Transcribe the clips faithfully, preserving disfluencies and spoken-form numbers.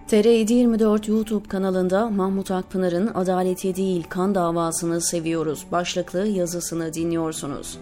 T R yedi yirmi dört YouTube kanalında Mahmut Akpınar'ın "Adaleti değil, kan davasını seviyoruz" başlıklı yazısını dinliyorsunuz.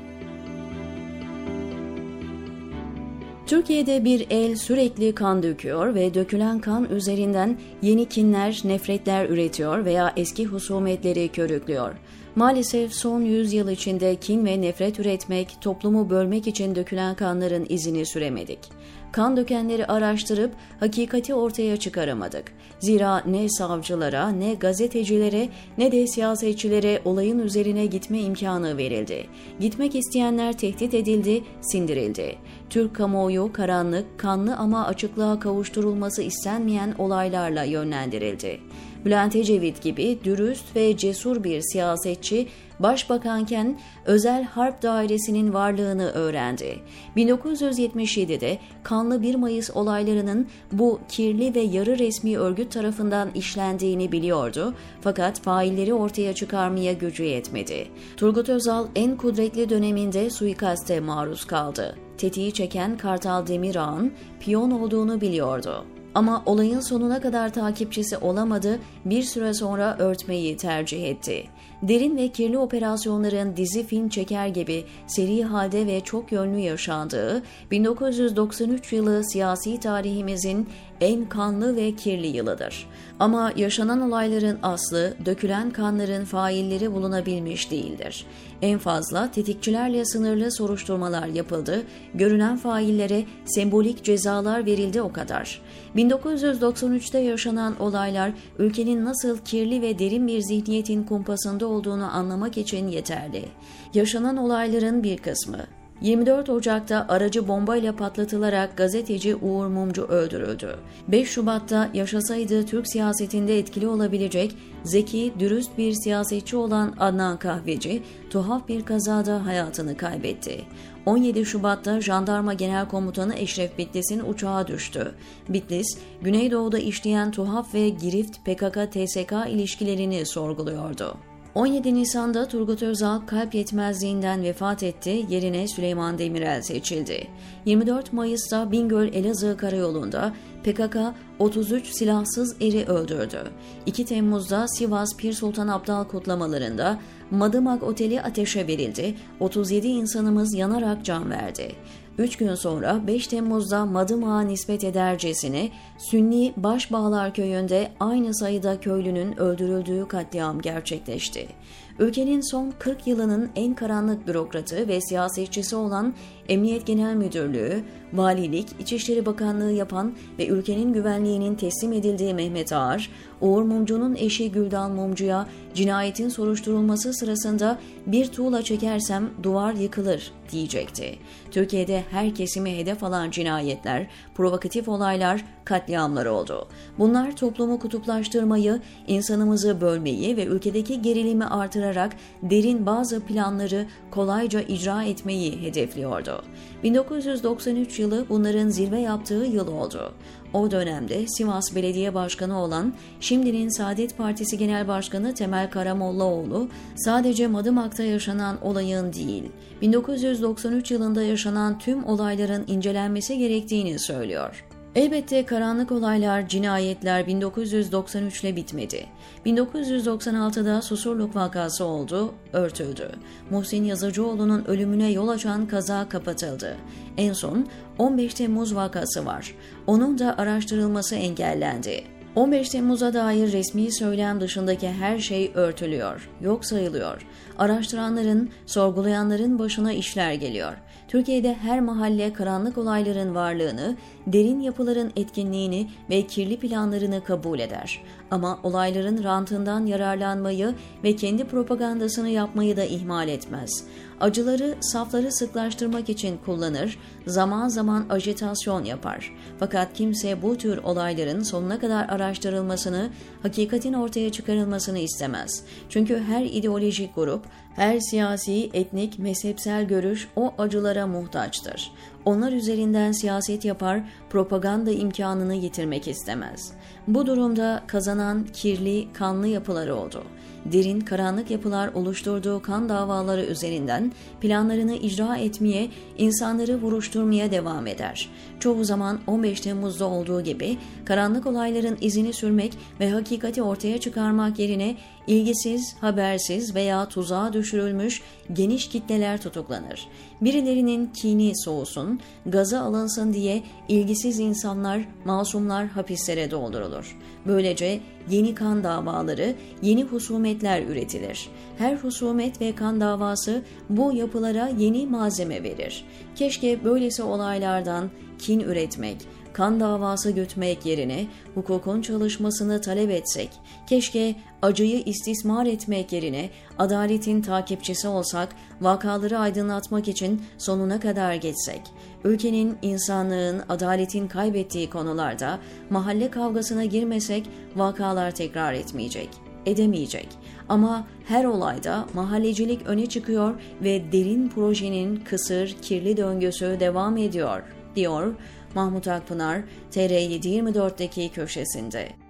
Türkiye'de bir el sürekli kan döküyor ve dökülen kan üzerinden yeni kinler, nefretler üretiyor veya eski husumetleri körüklüyor. Maalesef son yüz yıl içinde kin ve nefret üretmek, toplumu bölmek için dökülen kanların izini süremedik. Kan dökenleri araştırıp hakikati ortaya çıkaramadık. Zira ne savcılara, ne gazetecilere, ne de siyasetçilere olayın üzerine gitme imkanı verildi. Gitmek isteyenler tehdit edildi, sindirildi. Türk kamuoyu karanlık, kanlı ama açıklığa kavuşturulması istenmeyen olaylarla yönlendirildi. Bülent Ecevit gibi dürüst ve cesur bir siyasetçi başbakanken özel harp dairesinin varlığını öğrendi. bin dokuz yüz yetmiş yedide kanlı bir Mayıs olaylarının bu kirli ve yarı resmi örgüt tarafından işlendiğini biliyordu, fakat failleri ortaya çıkarmaya gücü yetmedi. Turgut Özal en kudretli döneminde suikaste maruz kaldı. Tetiği çeken Kartal Demirağ'ın piyon olduğunu biliyordu. Ama olayın sonuna kadar takipçisi olamadı, bir süre sonra örtmeyi tercih etti. Derin ve kirli operasyonların dizi film çeker gibi seri halde ve çok yönlü yaşandığı bin dokuz yüz doksan üç yılı siyasi tarihimizin en kanlı ve kirli yılıdır. Ama yaşanan olayların aslı, dökülen kanların failleri bulunabilmiş değildir. En fazla tetikçilerle sınırlı soruşturmalar yapıldı, görünen faillere sembolik cezalar verildi o kadar. bin dokuz yüz doksan üçte yaşanan olaylar ülkenin nasıl kirli ve derin bir zihniyetin kumpasında olduğunu anlamak için yeterli. Yaşanan olayların bir kısmı: yirmi dört Ocak'ta aracı bombayla patlatılarak gazeteci Uğur Mumcu öldürüldü. beş Şubat'ta yaşasaydı Türk siyasetinde etkili olabilecek, zeki, dürüst bir siyasetçi olan Adnan Kahveci tuhaf bir kazada hayatını kaybetti. on yedi Şubat'ta Jandarma Genel Komutanı Eşref Bitlis'in uçağı düştü. Bitlis, Güneydoğu'da işleyen tuhaf ve girift P K K T S K ilişkilerini sorguluyordu. on yedi Nisan'da Turgut Özal kalp yetmezliğinden vefat etti, yerine Süleyman Demirel seçildi. yirmi dört Mayıs'ta Bingöl-Elazığ karayolunda P K K otuz üç silahsız eri öldürdü. iki Temmuz'da Sivas Pir Sultan Abdal kutlamalarında Madımak Oteli ateşe verildi, otuz yedi insanımız yanarak can verdi. Üç gün sonra beş Temmuz'da Madımak'a nispet edercesine Sünni Başbağlar Köyü'nde aynı sayıda köylünün öldürüldüğü katliam gerçekleşti. Ülkenin son kırk yılının en karanlık bürokratı ve siyasetçisi olan Emniyet Genel Müdürlüğü, Valilik, İçişleri Bakanlığı yapan ve ülkenin güvenliğinin teslim edildiği Mehmet Ağar, Uğur Mumcu'nun eşi Güldan Mumcu'ya cinayetin soruşturulması sırasında "bir tuğla çekersem duvar yıkılır" diyecekti. Türkiye'de her kesimi hedef alan cinayetler, provokatif olaylar, katliamlar oldu. Bunlar toplumu kutuplaştırmayı, insanımızı bölmeyi ve ülkedeki gerilimi artırarak derin bazı planları kolayca icra etmeyi hedefliyordu. bin dokuz yüz doksan üç yılı bunların zirve yaptığı yıl oldu. O dönemde Sivas Belediye Başkanı olan şimdinin Saadet Partisi Genel Başkanı Temel Karamollaoğlu, sadece Madımak'ta yaşanan olayın değil, bin dokuz yüz doksan üç yılında yaşanan tüm olayların incelenmesi gerektiğini söylüyor. Elbette karanlık olaylar, cinayetler bin dokuz yüz doksan üçle bitmedi. bin dokuz yüz doksan altıda Susurluk vakası oldu, örtüldü. Muhsin Yazıcıoğlu'nun ölümüne yol açan kaza kapatıldı. En son on beş Temmuz vakası var. Onun da araştırılması engellendi. on beş Temmuz'a dair resmi söylem dışındaki her şey örtülüyor, yok sayılıyor. Araştıranların, sorgulayanların başına işler geliyor. Türkiye'de her mahalle karanlık olayların varlığını, derin yapıların etkinliğini ve kirli planlarını kabul eder. Ama olayların rantından yararlanmayı ve kendi propagandasını yapmayı da ihmal etmez. Acıları, safları sıklaştırmak için kullanır, zaman zaman ajitasyon yapar. Fakat kimse bu tür olayların sonuna kadar araştırılmasını, hakikatin ortaya çıkarılmasını istemez. Çünkü her ideolojik grup, Her siyasi, etnik, mezhepsel görüş o acılara muhtaçtır. Onlar üzerinden siyaset yapar, propaganda imkanını yitirmek istemez. Bu durumda kazanan kirli, kanlı yapılar oldu. Derin, karanlık yapılar oluşturduğu kan davaları üzerinden planlarını icra etmeye, insanları vuruşturmaya devam eder. Çoğu zaman on beş Temmuz'da olduğu gibi karanlık olayların izini sürmek ve hakikati ortaya çıkarmak yerine ilgisiz, habersiz veya tuzağa düşürülmüş geniş kitleler tutuklanır. Birilerinin kini soğusun, gaza alınsın diye ilgisiz insanlar, masumlar hapislere doldurulur. Böylece yeni kan davaları, yeni husumetler üretilir. Her husumet ve kan davası bu yapılara yeni malzeme verir. Keşke böylesi olaylardan kin üretmek, kan davası gütmek yerine hukukun çalışmasını talep etsek, keşke acıyı istismar etmek yerine adaletin takipçisi olsak, vakaları aydınlatmak için sonuna kadar geçsek, ülkenin, insanlığın, adaletin kaybettiği konularda mahalle kavgasına girmesek vakalar tekrar etmeyecek, edemeyecek. Ama her olayda mahallecilik öne çıkıyor ve derin projenin kısır, kirli döngüsü devam ediyor, diyor Mahmut Akpınar, T R yedi yirmi dört'teki köşesinde.